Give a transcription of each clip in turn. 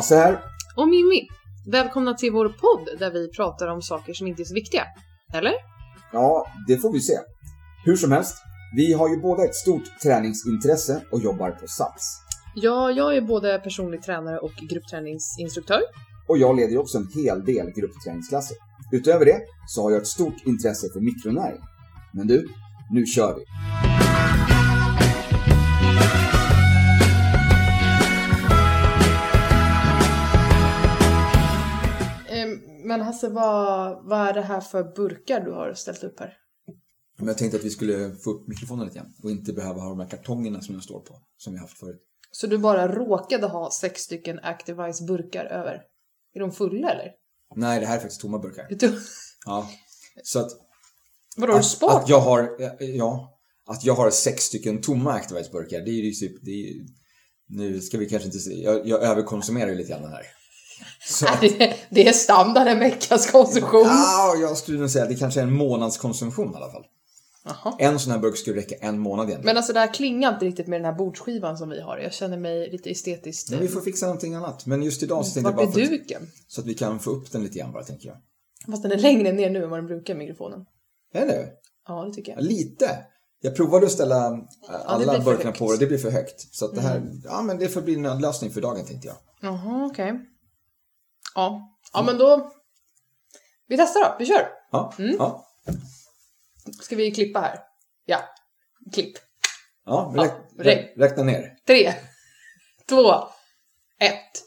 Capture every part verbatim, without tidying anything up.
Hasse här. Och Mimmi. Välkomna till vår podd där vi pratar om saker som inte är så viktiga. Eller? Ja, det får vi se. Hur som helst, vi har ju båda ett stort träningsintresse och jobbar på Sats. Ja, jag är både personlig tränare och gruppträningsinstruktör. Och jag leder ju också en hel del gruppträningsklasser. Utöver det så har jag ett stort intresse för mikronäring. Men du, nu kör vi! Men Hasse, vad, vad är det här för burkar du har ställt upp här? Jag tänkte att vi skulle få upp mikrofonen lite grann och inte behöva ha de här kartongerna som jag står på, som vi haft förut. Så du bara råkade ha sex stycken Activise burkar över? Är de fulla eller? Nej, det här är faktiskt tomma burkar. Det to- ja, så att... Vadå, har du sparat? Att jag har, ja, att jag har sex stycken tomma Activise burkar, det är ju typ... Det är, nu ska vi kanske inte se... Jag, jag överkonsumerar ju lite grann här. Så att, det, det är standard en veckas konsumtion. Ja, jag skulle nog säga att det kanske är en månads konsumtion i alla fall. Aha. En sån här burk skulle räcka en månad igen. Men alltså det här klingar inte riktigt med den här bordskivan som vi har. Jag känner mig lite estetiskt. Men vi får fixa någonting annat. Men just idag så tänkte jag bara bara... Vart är duken? Så att vi kan få upp den lite grann bara, tänker jag. Fast den är längre ner nu än vad den brukar, mikrofonen. Är det? Ja, det tycker jag. Ja, lite. Jag provade att ställa alla ja, burkarna på det. Det blir för högt. Så att det här... Mm. Ja, men det får bli en lösning för dagen, tänkte jag. Jaha, okej. Okay. Ja. Ja, men då... Vi testar då. Vi kör. Ja, mm. ja. Ska vi klippa här? Ja. Klipp. Ja, räk- ja räk- räkna ner. Tre. Två. Ett.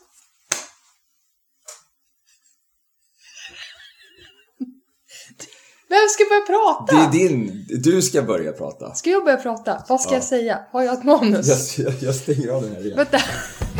Vem ska börja prata? Det är din... Du ska börja prata. Ska jag börja prata? Vad ska ja. jag säga? Har jag ett manus? Jag, jag, jag stänger av den här igen. Vänta.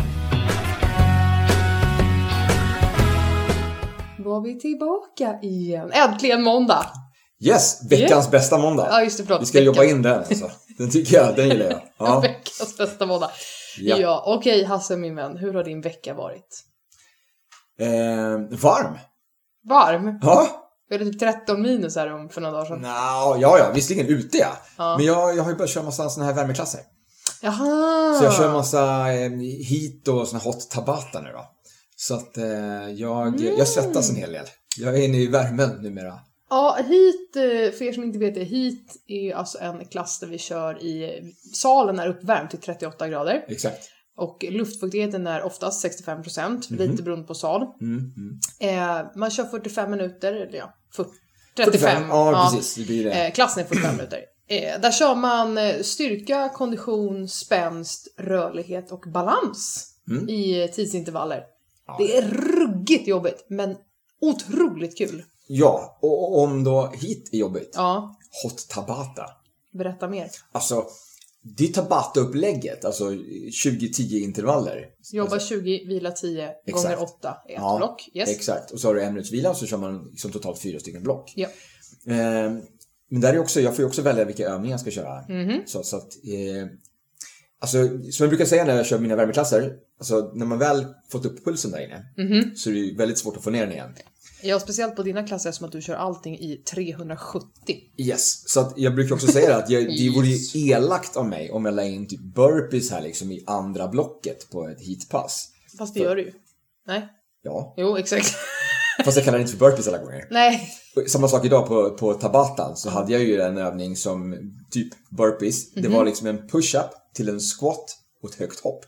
Var vi tillbaka igen. Äntligen måndag. Yes, veckans yeah. bästa måndag. Ja, just det, förlåt. Vi ska veckans. jobba in den alltså. Den tycker jag, den gillar jag. Ja. Veckans bästa måndag. Ja, ja okej okay, Hasse min vän. Hur har din vecka varit? Eh, varm. Varm? Ja. Är det typ tretton minus här om för några dagar sedan? Nå, ja, ja, visserligen ute ja. ja. Men jag, jag har ju börjat köra massa såna här värmeklasser. Jaha. Så jag kör massa eh, hit och såna hot tabata nu då. Så att eh, jag, mm. jag svettas en hel del. Jag är inne i värmen numera. Ja, hit, för er som inte vet det, hit är alltså en klass där vi kör i, salen är uppvärmd till trettioåtta grader. Exakt. Och luftfuktigheten är oftast sextiofem procent, mm-hmm. lite beroende på sal. Mm-hmm. Eh, man kör fyrtiofem minuter, eller ja, fyrtiofem, trettiofem. fyrtiofem, ja, ja precis, det blir det. Eh, klassen är fyrtiofem minuter. Eh, där kör man styrka, kondition, spänst, rörlighet och balans mm. i tidsintervaller. Ja. Det är ruggigt jobbigt, men otroligt kul. Ja, och om då hit är jobbigt. Ja. Hot tabata. Berätta mer. Alltså, det är tabata-upplägget. Alltså tjugo tio intervaller. Jobba alltså, tjugo, vila tio exakt. Gånger åtta i ett ja, block. Yes. Exakt. Och så har du en minuts vila och så kör man liksom totalt fyra stycken block. Ja. Eh, men där är också, jag får ju också välja vilka övningar jag ska köra. Mm-hmm. Så, så att... Eh, alltså, som jag brukar säga när jag kör mina värmeklasser. Alltså, när man väl fått upp pulsen där inne. Mm-hmm. Så är det ju väldigt svårt att få ner den igen. Ja, speciellt på dina klasser som att du kör allting i trehundrasjuttio. Yes, så att jag brukar också säga att jag, det vore ju elakt av mig om jag la in typ burpees här liksom i andra blocket på ett heatpass. Fast det för... gör du ju. Nej? Ja. Jo, exakt. Fast jag kallar det inte för burpees alla gånger. Nej. Samma sak idag på, på tabatan så hade jag ju en övning som typ burpees. Mm-hmm. Det var liksom en push-up till en squat och ett högt hopp.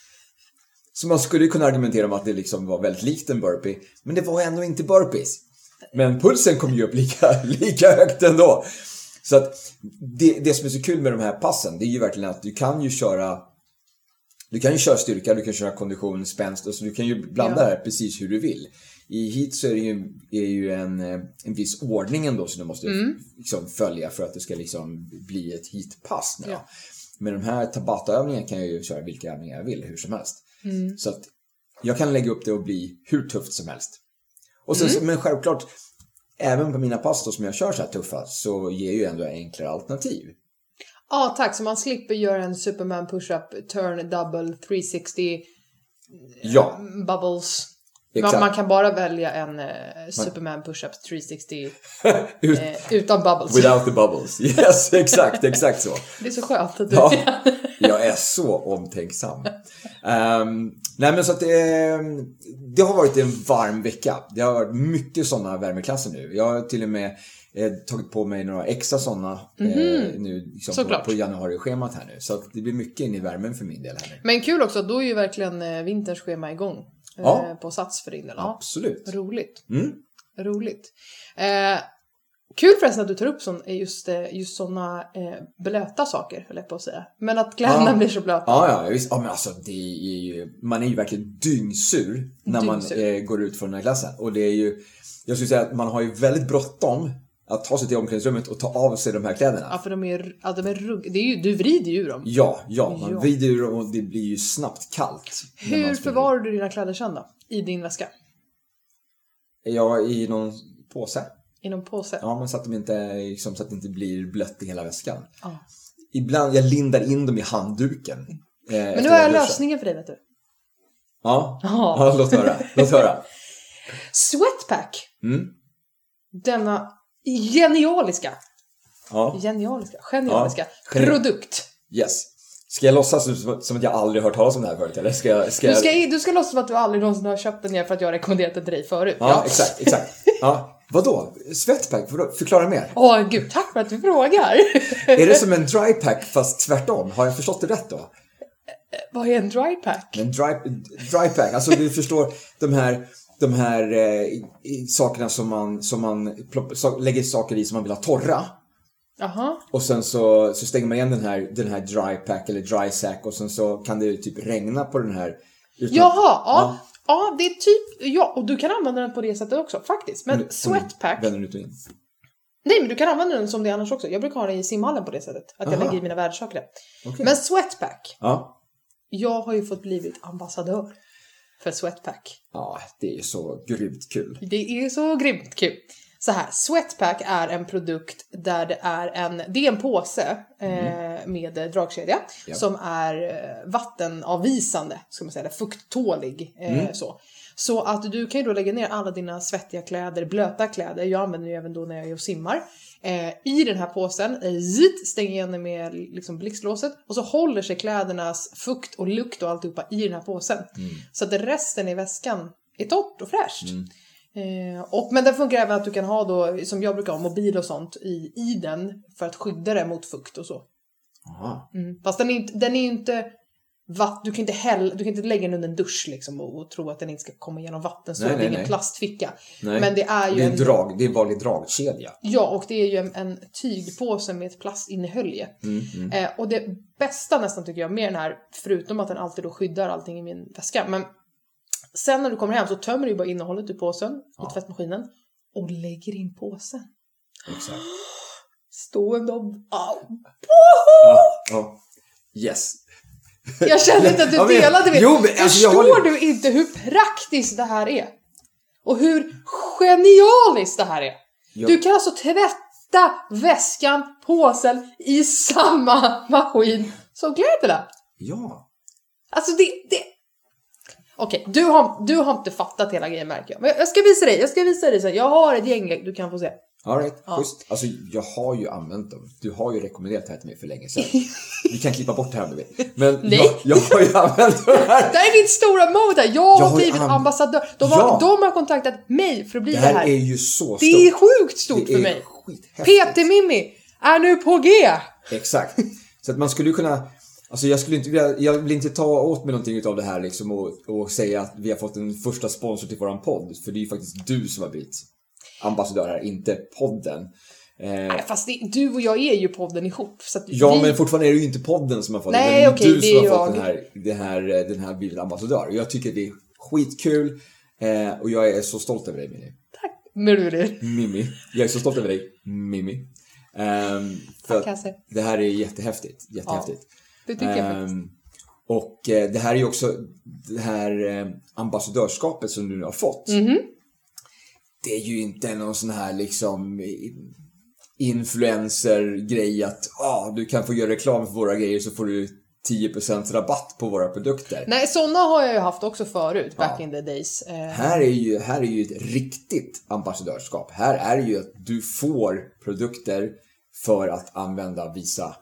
Så man skulle kunna argumentera om att det liksom var väldigt likt en burpee. Men det var ändå inte burpees. Men pulsen kom ju upp lika, lika högt ändå. Så att det, det som är så kul med de här passen, det är ju verkligen att du kan ju köra Du kan ju köra styrka, du kan köra kondition, spänst. Och så du kan ju blanda ja. det här precis hur du vill. I hit så är det ju, är ju en, en viss ordning ändå som du måste mm. liksom följa för att det ska liksom bli ett hitpass. Ja. Men de här tabata-övningarna kan jag ju köra vilka övningar jag vill, hur som helst. Mm. Så att jag kan lägga upp det och bli hur tufft som helst. Och sen, mm. Men självklart, även på mina pass då, som jag kör så här tuffa, så ger ju ändå enklare alternativ. Ja, ah, tack. Så man slipper göra en Superman push-up, turn, double, trehundrasextio, ja. bubbles. Man, man kan bara välja en uh, Superman push-up trehundrasextio Ut, uh, utan bubbles. Without the bubbles. Yes, exakt, exakt så. Det är så skönt att du... Ja, jag är så omtänksam. Um, nej men så att det, det har varit en varm vecka. Det har varit mycket sådana värmeklasser nu. Jag har till och med eh, tagit på mig några extra sådana mm-hmm. eh, nu liksom på, på januari-schemat här nu. Så att det blir mycket in i värmen för min del här nu. Men kul också, då är ju verkligen eh, vinterns schema igång. Ja. Eh, på Sats för din del. Ja, absolut. Roligt. Mm. Roligt. Eh, kul förresten att du tar upp sån, just, just sådana eh, blöta saker, höll jag på att säga. Men att kläderna ja. blir så blöta. Ja, ja, visst. Ja, men alltså, det är ju, man är ju verkligen dyngsur när dyngsur. man eh, går ut från den här klassen. Och det är ju, jag skulle säga att man har ju väldigt bråttom att ta sig till omklädningsrummet och ta av sig de här kläderna. Ja, för de är, ja, de är rugg. Det är ju, du vrider ju dem. Ja, ja, man ja. vrider ju dem och det blir ju snabbt kallt. Hur förvarar du dina kläder sen då? I din väska? Ja, i någon påse. I någon påse? Ja, men så att de inte, liksom, så att det inte blir blött i hela väskan. Ja. Ibland, jag lindar in dem i handduken. Eh, men nu har jag lösningen för dig, vet du. Ja, ja. ja låt höra. Låt höra. Sweatpack. Mm. Denna genialiska. Ja. Genialiska. Genialiska. Ja. Produkt. Yes. Ska jag låtsas som att jag aldrig hört talas om det här förut? Eller ska jag, ska jag... Du, ska, du ska låtsas som att du aldrig någonsin har köpt den igen för att jag har rekommenderat den till dig förut. Ja, ja. exakt, exakt. Ja. Vadå? Sweatpack? Förklara mer. Åh gud, tack för att du frågar. Är det som en drypack fast tvärtom? Har jag förstått det rätt då? Vad är en drypack? En dry, drypack, alltså du förstår de här, de här eh, sakerna som man, som man plopp, så, lägger saker i som man vill ha torra. Aha. Och sen så, så stänger man igen den här, den här drypack eller dry sack och sen så kan det typ regna på den här. Utan, Jaha, ja. ja. Ja, det är typ, ja, och du kan använda den på det sättet också, faktiskt. Men och, sweatpack... Vänder ut och in. Nej, men du kan använda den som det annars också. Jag brukar ha den i simhallen på det sättet. Att Aha. jag lägger i mina värdesaker. Okay. Men sweatpack. Ja. Jag har ju fått blivit ambassadör för sweatpack. Ja, det är så grymt kul. Det är så grymt kul. Så här, sweatpack är en produkt där det är en, det är en påse mm. eh, med dragkedja ja. som är eh, vattenavvisande, ska man säga, fukttålig eh, mm. så. Så att du kan ju då lägga ner alla dina svettiga kläder, blöta kläder, jag använder ju även då när jag är och simmar, eh, i den här påsen, eh, zit, stänger igen med liksom blixtlåset och så håller sig klädernas fukt och lukt och alltihopa i den här påsen. Mm. Så att resten i väskan är torrt och fräscht. Mm. Eh, och, men det funkar även att du kan ha då, som jag brukar ha, mobil och sånt i, i den för att skydda det mot fukt och så. Mm. Fast den är inte, den är inte vatt, du kan inte häll, du kan inte lägga den under en dusch liksom och, och tro att den inte ska komma igenom vatten så. Nej, det är nej, ingen nej. plastficka. Nej. Men det är ju det är en, en drag, det är en vanlig dragkedja. Ja, och det är ju en, en tygpåse med ett plastinnehölje. Mm, mm. Eh, och det bästa nästan tycker jag med den här, förutom att den alltid då skyddar allting i min väska, men sen när du kommer hem så tömmer du bara innehållet i påsen ja. i tvättmaskinen och lägger in påsen. Exakt. Stående och... Oh. Ja, oh. Yes. Jag kände inte att du ja, men, delade med. Jo, men, alltså, Förstår håller... du inte hur praktiskt det här är? Och hur genialiskt det här är? Ja. Du kan alltså tvätta väskan, påsen i samma maskin som kläderna. Ja. Alltså det... det... Okej, okay, du, har, du har inte fattat hela grejen, märker jag. Men jag ska visa dig, jag ska visa dig sen. Jag har ett gäng du kan få se. All right, ja. Just. Alltså jag har ju använt dem. Du har ju rekommenderat det här till mig för länge sedan. Vi kan klippa bort det här om du vill. Men jag, jag har ju använt det här. Det här är ditt stora mode. Jag, jag har blivit an... ambassadör. De har, ja. de har kontaktat mig för att bli det här. Det här är ju så stort. Det är sjukt stort det för mig. P T Mimmi är nu på G. Exakt. Så att man skulle ju kunna... Alltså jag skulle inte vilja, jag vill inte ta åt mig någonting av det här liksom och, och säga att vi har fått en första sponsor till våran podd. För det är ju faktiskt du som har blivit ambassadör här, inte podden. Eh, Nej, fast det, du och jag är ju podden ihop. Så att ja, vi... men fortfarande är det ju inte podden som har fått Nej, det. Men okej, du det som har jag. fått den här, den här, den här blivit ambassadör. Och jag tycker det är skitkul. Eh, och jag är så stolt över dig, Mimmi. Tack, Mimmi. Mimmi. Jag är så stolt över dig, Mimmi. Um, för Tack, det här är jättehäftigt. Jättehäftigt. Ja, det tycker jag faktiskt. Um, och eh, det här är ju också det här eh, ambassadörskapet som du nu har fått. Mm-hmm. Det är ju inte någon sån här liksom influencer-grej att ah, du kan få göra reklam för våra grejer så får du tio procent rabatt på våra produkter. Nej, sådana har jag ju haft också förut, back Ja. in the days. Eh. Här är ju, här är ju ett riktigt ambassadörskap. Här är det ju att du får produkter för att använda Visa.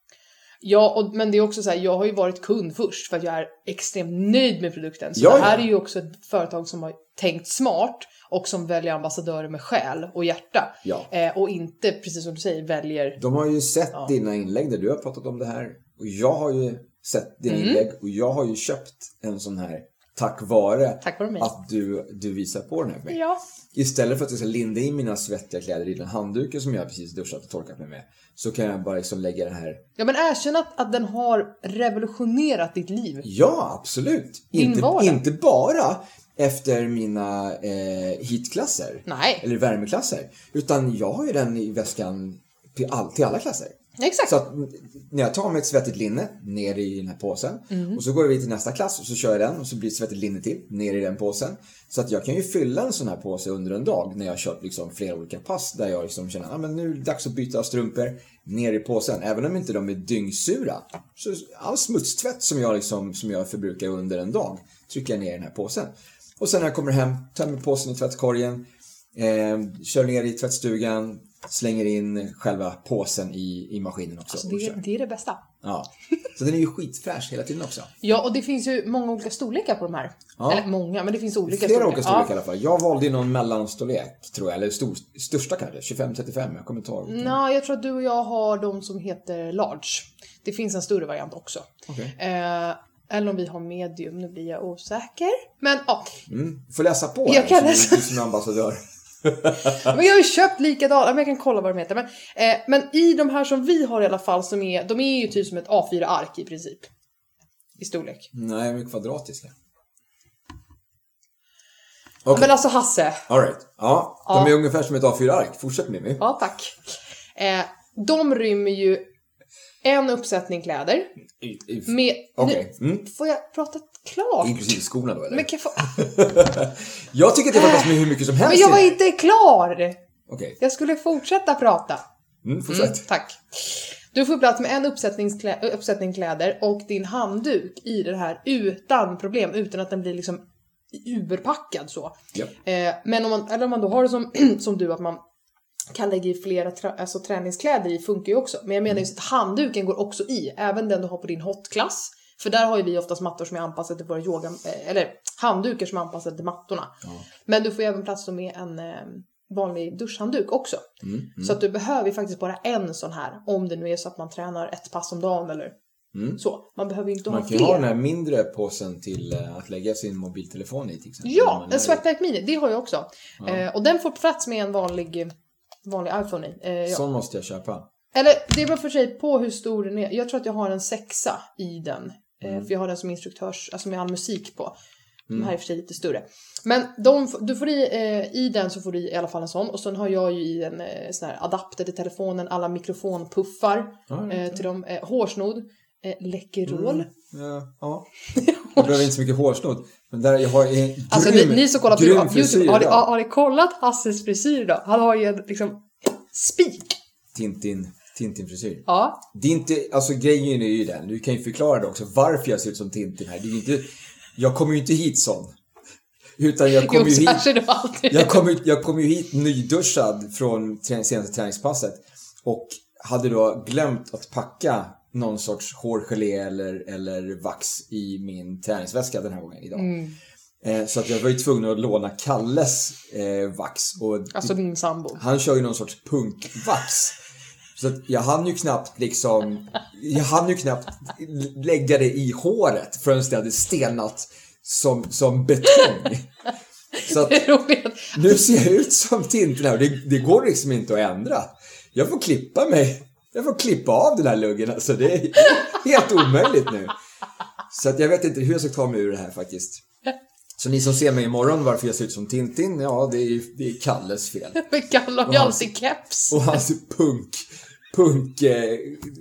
Ja, och, men det är också så här, jag har ju varit kund först för att jag är extremt nöjd med produkten. Så Ja, det här ja. är ju också ett företag som har tänkt smart och som väljer ambassadörer med själ och hjärta. Ja. Eh, och inte, precis som du säger, väljer... De har ju sett Ja. dina inlägg där du har pratat om det här. Och jag har ju sett dina Mm. inlägg och jag har ju köpt en sån här tack vare, Tack vare mig. att du, du visar på den här för mig. Ja. Istället för att jag ska linda in mina svettiga kläder i den handduken som jag precis duschat och torkat mig med, så kan jag bara liksom lägga den här. Ja, men erkänn att, att den har revolutionerat ditt liv. Ja, absolut. Din Inte, vardag. inte bara efter mina eh, heatklasser. Nej. Eller värmeklasser. Utan jag har ju den i väskan till, all, till alla klasser. Exakt. Så att när jag tar med ett svettigt linne ner i den här påsen. Mm. Och så går vi till nästa klass och så kör jag den. Och så blir det svettigt linne till ner i den påsen. Så att jag kan ju fylla en sån här påse under en dag. När jag har kört liksom flera olika pass. Där jag liksom känner att ah, men nu är det dags att byta strumpor. Ner i påsen. Även om inte de är dyngsura. Så all smutstvätt som jag, liksom, som jag förbrukar under en dag. Trycker jag ner i den här påsen. Och sen när jag kommer hem. Tömmer påsen i tvättkorgen. Eh, kör ner i tvättstugan. Slänger in själva påsen i, i maskinen också. Alltså, det, är, det är det bästa. Ja. Så den är ju skitfräsch hela tiden också. Ja, och det finns ju många olika storlekar på de här. Ja. Eller många, men det finns olika Flera storlekar. olika storlekar Ja. i alla fall. Jag valde ju någon mellanstorlek, tror jag. Eller stor, största kanske. tjugofem trettiofem, jag kommer inte ihåg. Nej, jag tror att du och jag har de som heter large. Det finns en större variant också. Okay. Eh, eller om vi har medium, nu blir jag osäker. Men ja, Mm. Får läsa på Jag här, kan som, läsa. som ambassadör. men jag har ju köpt likadant, men jag kan kolla vad de heter. Men, eh, men i de här som vi har i alla fall, som är, de är ju typ som ett A fyra ark i princip. I storlek. Nej, de är kvadratiska. Ja, Okay. men alltså Hasse. All right. Ja, de Ja. är ungefär som ett A fyra ark. Fortsätt med mig. Ja, tack. Eh, de rymmer ju en uppsättning kläder. I, i, Med... Okej. Nu, Mm. får jag prata klart? Inklusive skorna då, eller? Men kan jag få... Jag tycker att jag får plats med hur mycket som helst. Men jag i var det. inte klar! Okej. Jag skulle fortsätta prata. Mm, fortsätt. Mm, tack. Du får plats med en uppsättningsklä- uppsättning kläder och din handduk i det här utan problem, utan att den blir liksom urpackad så. Ja. Eh, men om man, eller om man då har det som, som du, att man kan lägga i flera tra- alltså, träningskläder i, funkar ju också. Men jag menar just att handduken går också i, även den du har på din hotklass. För där har ju vi oftast mattor som är anpassade till våra yoga, eh, eller handdukar som är anpassade till mattorna. Ja. Men du får ju även plats med en eh, vanlig duschhandduk också. Mm, mm. Så att du behöver ju faktiskt bara en sån här, om det nu är så att man tränar ett pass om dagen eller Mm. så. Man behöver ju inte Man ha kan ju ha den fler. här mindre påsen till uh, att lägga sin mobiltelefon i till exempel. Ja, Man en är- Sweatlight Mini, det har jag också. Ja. Eh, och den får plats med en vanlig, vanlig iPhone i. Eh, ja. Sån måste jag köpa. Eller det beror för sig på hur stor den är. Jag tror att jag har en sexa i den. Eh, Mm. För jag har den som instruktörs, alltså med all musik på. De Mm. här är för sig lite större. Men de, du får i, eh, i den så får du i, i alla fall en sån. Och sen har jag ju i en eh, sån här adapter till telefonen. Alla mikrofonpuffar Ja, eh, till dem. Eh, hårsnodd. Eh, Läkerol. Mm. Ja, ja. Jag behöver inte så mycket hårsnodd. Men där jag har en grym, Alltså ni, ni som kollar på grym YouTube, frisyr har ni, idag. har, har ni kollat Hasses frisyr då? Han har ju en liksom spik. Tintin, Tintin-frisyr. Ja. Det är inte, alltså grejen är ju den. Du kan ju förklara det också. Varför jag ser ut som Tintin här. Det är ju inte, jag kommer ju inte hit sån. Utan jag Jo, kommer ju så här hit. ser du alltid. Jag kom, ut- jag kom ju hit nyduschad från trä- senaste träningspasset. Och hade då glömt att packa någon sorts hårgelé eller, eller vax i min träningsväska den här gången idag. Mm. Eh, så att jag var ju tvungen att låna Kalles eh, vax. Och Alltså din sambo. han kör ju någon sorts punkvax. Så att jag hann ju knappt liksom, jag hann ju knappt lägga det i håret förrän det hade stelnat som, som betong. Så att Det är roligt. nu ser jag ut som Tintin här. Det, det går liksom inte att ändra. Jag får klippa mig. Jag får klippa av den här luggen. Alltså det är helt omöjligt nu. Så att jag vet inte hur jag ska ta mig ur det här faktiskt. Så ni som ser mig imorgon varför jag ser ut som Tintin, ja det är, det är Kalles fel. Men Kalle har ju Och hans- alltid keps. Och hans punk, punk, eh,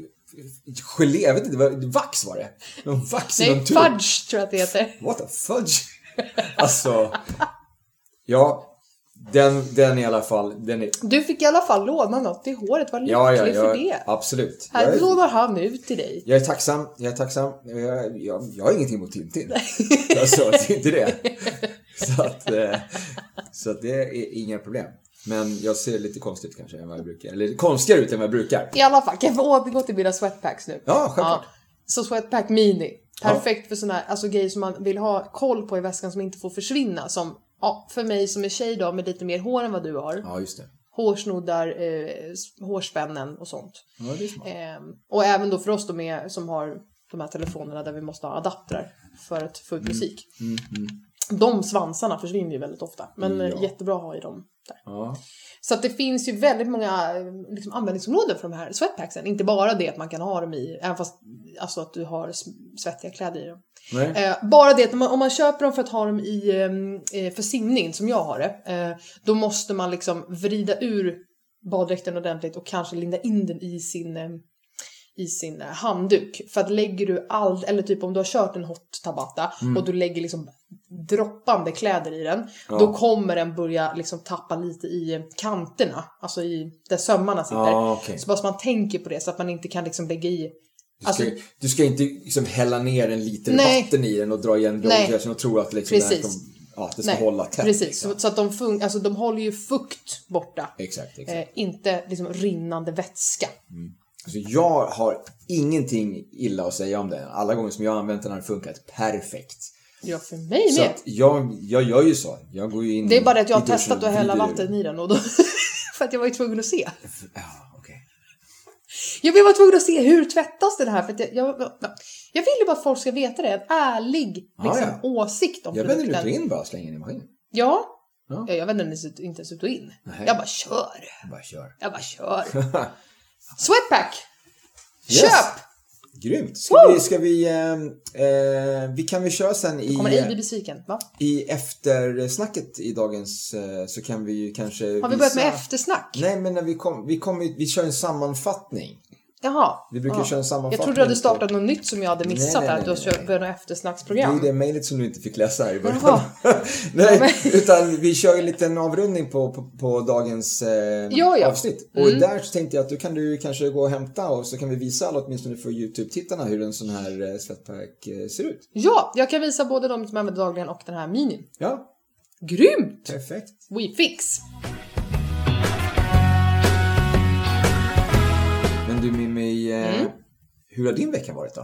gelé, jag vet inte, vad, vax var det? Någon vax i Nej, någon tub. fudge tror jag att det heter. What the fudge? Alltså, ja, Den, den i alla fall, den är... Du fick i alla fall låna något i håret, var lycklig ja, ja, ja, för det. Absolut. Här jag lånar han ut till dig. Jag är tacksam, jag är tacksam. Jag, jag, jag har ingenting emot Tintin. Alltså, det är inte det. Så att, eh, så att det är inga problem. Men jag ser lite konstigt kanske än vad jag brukar. Eller konstigare ut än vad jag brukar. I alla fall, kan jag få återgå till mina sweatpacks nu? Ja, självklart. Ja. Så sweatpack mini. Perfekt ja. För sådana här alltså, grejer som man vill ha koll på i väskan som inte får försvinna. Som ja, för mig som är tjej då med lite mer hår än vad du har. Ja, just det. Hårsnoddar, eh, hårspännen och sånt. Ja, det är smart. Eh, och även då för oss då med, som har de här telefonerna där vi måste ha adaptrar för att få ut musik. Mm, mm, mm. De svansarna försvinner ju väldigt ofta. Men ja. Jättebra att ha i dem där. Ja. Så att det finns ju väldigt många liksom, användningsområden för de här sweatpacksen. Inte bara det att man kan ha dem i, även fast alltså att du har svettiga kläder i dem. Eh, bara det att om man, om man köper dem för att ha dem i, eh, för simning som jag har det. Eh, då måste man liksom vrida ur baddräkten ordentligt och kanske linda in den i sin... Eh, i sin handduk. För att lägger du all, eller typ om du har kört en hot tabata mm. och du lägger liksom droppande kläder i den, ja. Då kommer den börja liksom tappa lite i kanterna, alltså i där sömmarna sitter. Ja, okay. Så bara så man tänker på det så att man inte kan liksom lägga i. Du ska, alltså, du ska inte liksom hälla ner en liter nej. vatten i den och dra igen blodkärsen och tro att liksom det, här, ja, det ska nej. hålla tätt. Precis, liksom. så, så att de, fun- alltså, de håller ju fukt borta. Exakt, exakt. Eh, inte liksom rinnande vätska. Mm. Alltså jag har ingenting illa att säga om det. Alla gånger som jag har använt den har det funkat perfekt. Ja, för mig med. Så att jag, jag gör ju så. Jag går ju in. Det är bara det att jag har testat att hälla vatten i den. Och då, för att jag var ju tvungen att se. Ja, okej. Okay. Jag var tvungen att se hur tvättas det här. För att jag, jag, jag vill ju bara att folk ska veta det. En ärlig liksom, ah, ja. åsikt om jag produkten. Jag vänder ut och in bara slänger in i maskin. Ja. ja. Jag vänder inte ens ut och in. Nej. Jag bara kör. Jag bara kör. Jag bara kör. Sweatpack! Yes. Köp! Grymt. Ska vi, ska vi, eh, eh, vi kan vi köra sen i... Kommer bli besviken, va? I eftersnacket i dagens eh, så kan vi ju kanske Har vi visa... börjat med eftersnack? Nej, men när vi kom, vi, kom, vi kör en sammanfattning. Jaha. Vi brukar ja. köra en sammanfattning. Jag trodde du hade startat något nytt som jag hade missat. Nej, nej, nej, nej, nej. Att du började något eftersnacksprogram. Det är det mejlet som du inte fick läsa här i början. Nej, ja, men... utan vi kör en liten avrundning på, på, på dagens eh, ja, ja. avsnitt. Och mm. där så tänkte jag att du kan du kanske gå och hämta och så kan vi visa alla åtminstone för YouTube-tittarna hur en sån här eh, sweatpack eh, ser ut. Ja, jag kan visa både de som använder dagligen och den här minin. Ja. Grymt! Perfekt. We fix! Men du Mimmi, eh, mm. hur har din vecka varit då?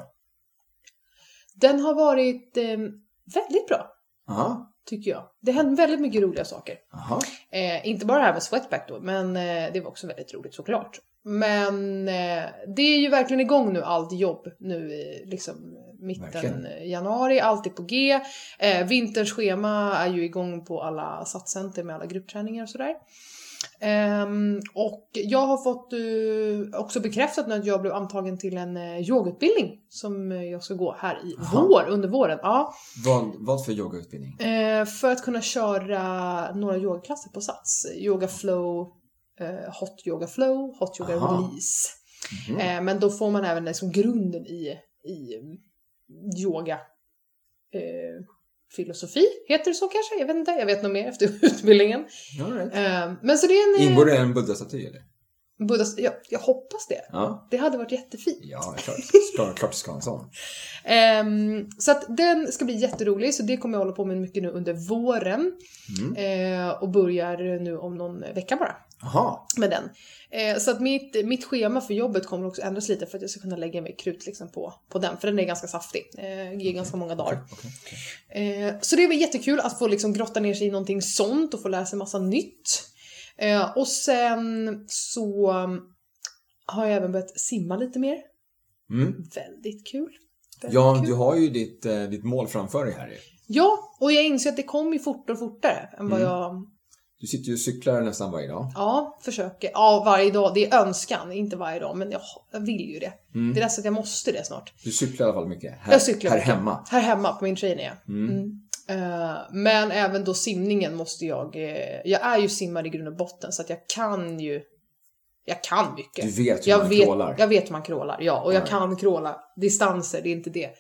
Den har varit eh, väldigt bra. Aha. Tycker jag. Det hände väldigt mycket roliga saker. Aha. Eh, inte bara det här med sweatpack då, men eh, det var också väldigt roligt såklart. Men eh, det är ju verkligen igång nu allt jobb nu i liksom mitten verkligen. Januari, allt är på G. Eh, vinterns schema är ju igång på alla satscenter med alla gruppträningar och sådär. Um, och jag har fått uh, också bekräftat när jag blev antagen till en uh, yogautbildning som uh, jag ska gå här i Aha. vår, under våren. Ja. Vad, vad för yogautbildning? Uh, för att kunna köra några yogaklasser på Sats. Yoga flow, uh, hot yoga flow, hot yoga Aha. release. Mm-hmm. Uh, men då får man även liksom grunden i, i yoga. Uh, Filosofi, heter det så kanske? Jag vet inte, jag vet nog mer efter utbildningen. Right. Uh, men så det är en... Ingår det en buddha-staty eller? Buddha, jag, jag hoppas det. Ja. Det hade varit jättefint. Ja, klart. Klart, klart ska en sån. Um, så att den ska bli jätterolig. Så det kommer jag hålla på med mycket nu under våren. Mm. Uh, och börjar nu om någon vecka bara. Aha. Med den. Uh, så att mitt, mitt schema för jobbet kommer också ändras lite. För att jag ska kunna lägga mig krut liksom på, på den. För den är ganska saftig. Uh, ger okay. ganska många dagar. Okay. Okay. Uh, så det var jättekul att få liksom grotta ner sig i någonting sånt. Och få lära sig massa nytt. Uh, och sen så um, har jag även börjat simma lite mer. Mm. Väldigt kul. Väldigt ja, kul. Du har ju ditt, eh, ditt mål framför dig här. Ja, och jag inser att det kommer ju fortare och fortare än vad mm. jag... Du sitter ju och cyklar nästan varje dag. Ja, försöker. Ja, varje dag. Det är önskan, inte varje dag. Men jag, jag vill ju det. Mm. Det är nästan att jag måste det snart. Du cyklar i alla fall mycket. Här, jag cyklar här mycket. hemma. Här hemma på min trainer, ja. Mm. Mm. Uh, men även då simningen måste jag... Uh, jag är ju simmare i grund och botten. Så att jag kan ju... Jag kan mycket. Du vet hur jag man vet, krålar. Jag vet hur man krålar, ja. Och jag ja. kan kråla distanser, det är inte det.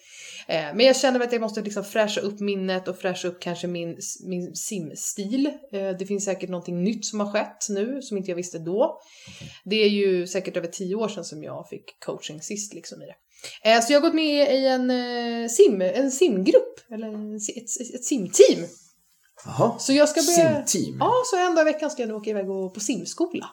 Eh, men jag känner att jag måste liksom fräscha upp minnet och fräscha upp kanske min, min simstil. Eh, det finns säkert någonting nytt som har skett nu som inte jag visste då. Okay. Det är ju säkert över tio år sedan som jag fick coaching sist liksom i det. Eh, så jag har gått med i en eh, sim, en simgrupp eller en, ett, ett simteam. Jaha, så jag ska börja, simteam? Ja, så en dag i veckan ska jag nu åka iväg och på simskola.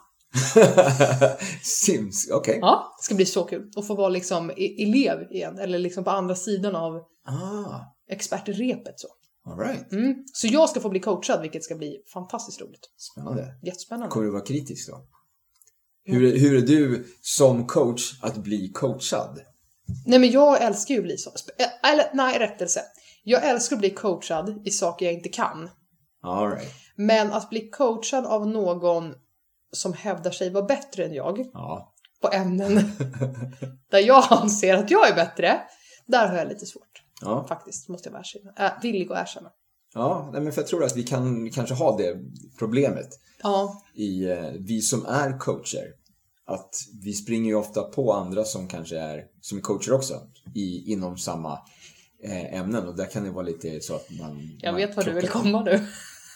Sims, okej. Okay. Ja, det ska bli så kul att få vara liksom elev igen. Eller liksom på andra sidan av ah. expertrepet så. All right. Mm. Så jag ska få bli coachad, vilket ska bli fantastiskt roligt. Spännande. Jättespännande. Kommer du vara kritisk då? Hur är, hur är du som coach att bli coachad? Nej, men jag älskar ju att bli så. Eller, nej, rättelse. Jag älskar att bli coachad i saker jag inte kan. All right. Men att bli coachad av någon som hävdar sig vara bättre än jag. Ja. På ämnen där jag anser att jag är bättre. Där har jag lite svårt. Ja. Faktiskt, måste jag erkänna. Äh, villig att erkänna. Ja, men för jag tror att vi kan kanske ha det problemet. Ja. I eh, vi som är coacher. Att vi springer ju ofta på andra som kanske är som är coacher också. I, inom samma eh, ämnen. Och där kan det vara lite så att man... Jag man vet var du vill krockar. komma nu.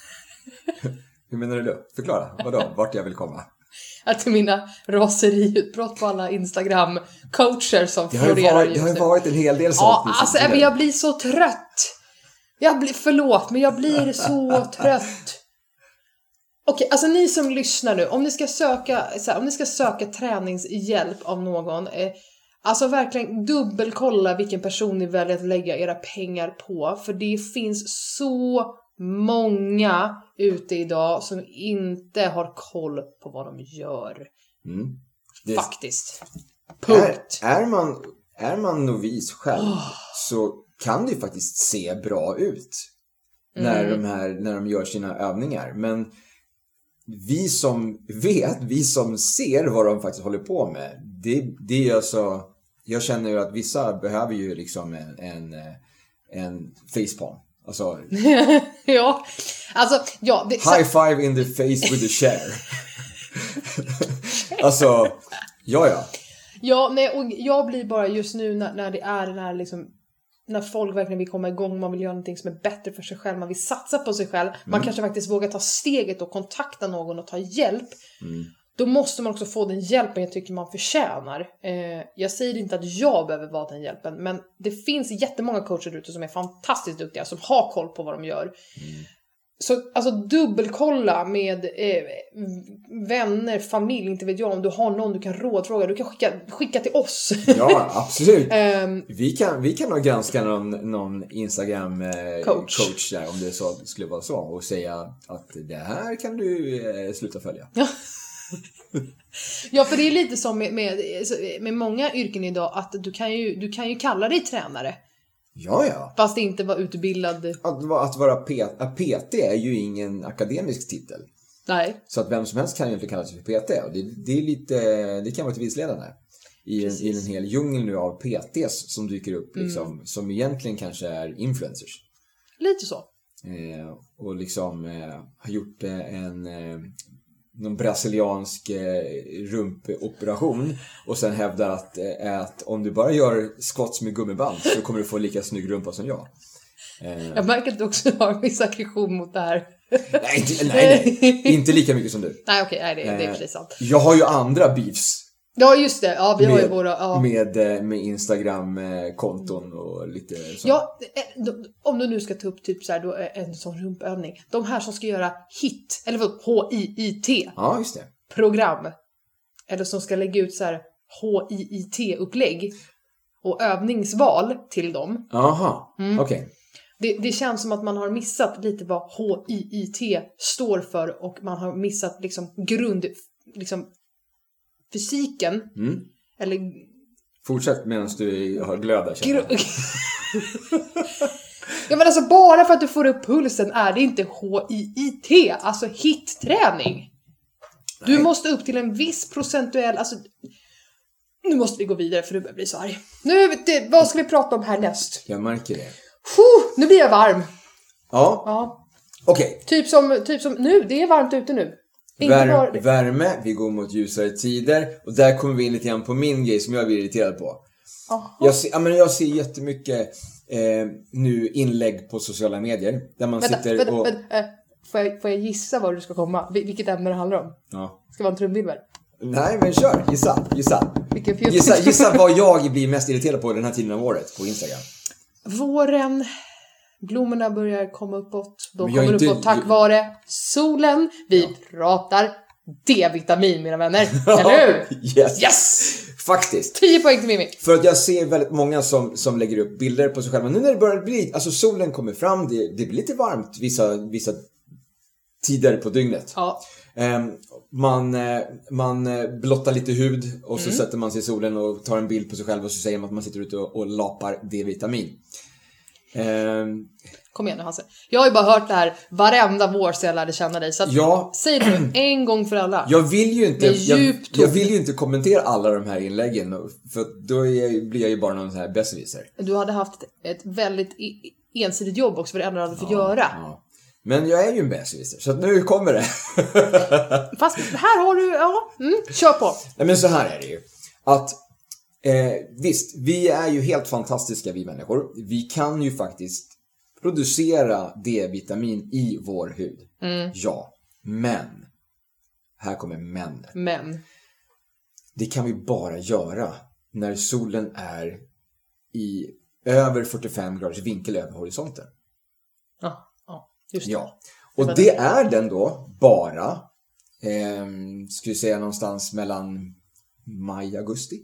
Hur menar du? Förklara. Vadå? Vart jag vill komma? Att mina raseriutbrott på alla Instagram-coacher som det har florerar varit, just Det har ju nu. varit en hel del sånt. Ja, alltså men jag blir så trött. Jag blir, förlåt, men jag blir så trött. Okej, alltså ni som lyssnar nu, om ni ska söka, så här, om ni ska söka träningshjälp av någon, eh, alltså verkligen dubbelkolla vilken person ni väljer att lägga era pengar på. För det finns så många ute idag som inte har koll på vad de gör. Mm. Det... Faktiskt. Punkt. Är, är, man, är man novis själv oh. så kan det ju faktiskt se bra ut när, mm. de här, när de gör sina övningar. Men vi som vet, vi som ser vad de faktiskt håller på med, det, det är alltså, jag känner ju att vissa behöver ju liksom en, en, en facepalm. Alltså, ja, alltså, ja. Det, high five in the face with the chair. Alltså, ja, ja. Ja, nej, och jag blir bara just nu när, när det är den här liksom, när folk verkligen vill komma igång, man vill göra någonting som är bättre för sig själv, man vill satsa på sig själv, man mm. kanske faktiskt vågar ta steget och kontakta någon och ta hjälp. Mm. Då måste man också få den hjälpen jag tycker man förtjänar. Eh, jag säger inte att jag behöver vara den hjälpen, men det finns jättemånga coacher ute som är fantastiskt duktiga, som har koll på vad de gör. Mm. Så alltså dubbelkolla med eh, vänner, familj, inte vet jag, om du har någon du kan rådfråga, du kan skicka, skicka till oss. Ja, absolut. um, vi kan vi kan nog granska någon, någon Instagram eh, coach, coach där, om det så, skulle vara så, och säga att det här kan du eh, sluta följa. Ja. Ja, för det är lite som med, med, med många yrken idag, att du kan ju, du kan ju kalla dig tränare. Ja, ja. Fast det inte var utbildad. Att, att vara P T, P T är ju ingen akademisk titel. Nej. Så att vem som helst kan ju inte kalla sig för P T. Och det, det, är lite, det kan vara ett vilsledande. I en, I en hel djungel nu av P T:s som dyker upp. Liksom, mm. Som egentligen kanske är influencers. Lite så. Eh, och liksom eh, har gjort eh, en... Eh, någon brasiliansk eh, rumpoperation och sen hävdar att, eh, att om du bara gör squats med gummiband så kommer du få lika snygg rumpa som jag. Eh. Jag märker att du också har viss aggression mot det här. Nej, inte, nej, nej. Inte lika mycket som du. Nej, okej, okay, det, det är precis sant. Jag har ju andra beefs. Ja, just det. Ja, vi med, har ju våra... Ja. Med, med Instagram-konton och lite så. Ja, om du nu ska ta upp typ så här, då, en sån rumpövning. De här som ska göra hit, eller vad, H I I T. Ja, just det. Program. Eller som ska lägga ut så här H I I T-upplägg. Och övningsval till dem. Aha, mm. okej. Okay. Det, det känns som att man har missat lite vad H I I T står för. Och man har missat liksom grund... Liksom, fysiken. Mm. Eller... Fortsätt medan du har glöda. Gr- ja, men alltså bara för att du får upp pulsen är det inte H I I T. Alltså hit-träning. Du Nej. måste upp till en viss procentuell... Alltså, nu måste vi gå vidare för du börjar bli så arg. Nu, det, vad ska vi prata om härnäst? Jag märker det. Fuh, nu blir jag varm. Ja. ja. Okej. Okay. Typ som, typ som nu, det är varmt ute nu. Vär, bara... Värme, vi går mot ljusare tider. Och där kommer vi in lite grann på min grej som jag blir irriterad på. Jag ser, ja, men jag ser jättemycket eh, nu inlägg på sociala medier där man vänta, sitter vänta, och... Vänta, äh, får, jag, får jag gissa vad du ska komma? Vil- vilket ämne det handlar om? Ja. Ska det vara en trumvirvel? Nej, men kör. Gissa. Gissa. Vilken fjol- gissa. Gissa vad jag blir mest irriterad på den här tiden av året på Instagram. Våren. Blommorna börjar komma uppåt. De Men jag kommer är inte- uppåt tack vare solen. Vi Ja. pratar D-vitamin, mina vänner. Eller hur? Yes. Yes! Faktiskt. tio poäng till Mimmi. För att jag ser väldigt många som, som lägger upp bilder på sig själva. Nu när det börjar bli, alltså solen kommer fram, det, det blir lite varmt vissa, vissa tider på dygnet. Ja. Um, man, eh, man eh, blottar lite hud och så mm. sätter man sig i solen och tar en bild på sig själv och så säger man att man sitter ute och, och lapar D-vitamin. Um, Kom igen nu, Hasse. Jag har ju bara hört det här varenda vår sedan jag lärde känna dig. Så att, ja, säg det nu en gång för alla. Jag vill ju inte jag, ton. jag vill ju inte kommentera alla de här inläggen, för då är, blir jag ju bara någon sån här besserwisser. Du hade haft ett väldigt ensidigt jobb också för det enda du hade fått ja, göra. Ja. Men jag är ju en besserwisser, så att nu kommer det. Fast här har du, ja, mm, kör på. Nej, men så här är det ju. Att eh, visst, vi är ju helt fantastiska vi människor. Vi kan ju faktiskt producera D-vitamin i vår hud. Mm. Ja, men här kommer men. Men. Det kan vi bara göra när solen är i över fyrtiofem graders vinkel över horisonten. Ja, ja, just det. Ja. Och det är den då bara eh, skulle jag säga någonstans mellan maj och augusti.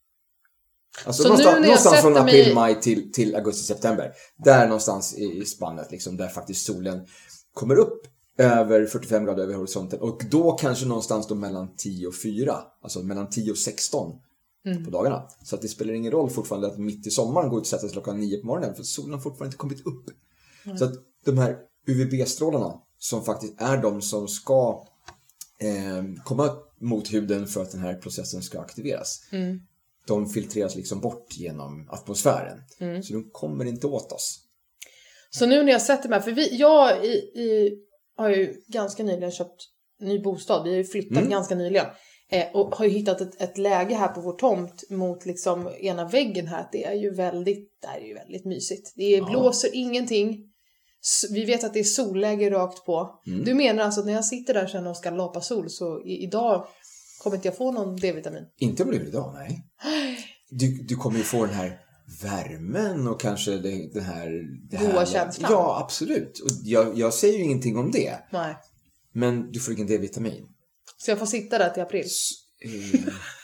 Alltså så någonstans, nu när någonstans från april, mig... maj till, till augusti, september. Där någonstans i spannet liksom, där faktiskt solen kommer upp över fyrtiofem grader över horisonten. Och då kanske någonstans då mellan tio och fyra. Alltså mellan tio och sexton mm. på dagarna. Så att det spelar ingen roll fortfarande att mitt i sommaren går ut och sätter sig klockan nio på morgonen. För solen har fortfarande inte kommit upp. Mm. Så att de här U V B-strålarna som faktiskt är de som ska eh, komma mot huden för att den här processen ska aktiveras. Mm. De filtreras liksom bort genom atmosfären. Mm. Så de kommer inte åt oss. Så nu när jag sätter mig, för vi, jag i, i, har ju ganska nyligen köpt ny bostad. Vi har ju flyttat mm. ganska nyligen. Eh, och har ju hittat ett, ett läge här på vår tomt mot liksom ena väggen här. Det är ju väldigt, det är ju väldigt mysigt. Det är, blåser ja. ingenting. Vi vet att det är solläge rakt på. Mm. Du menar alltså att när jag sitter där sen och ska lapa sol så i, idag kommer inte jag få någon D-vitamin? Inte om det blir idag, nej. Du, du kommer ju få den här värmen och kanske det, det här... Det goa här, känslan. Ja, absolut. Och jag, jag säger ju ingenting om det. Nej. Men du får ingen D-vitamin. Så jag får sitta där till april? S- eh,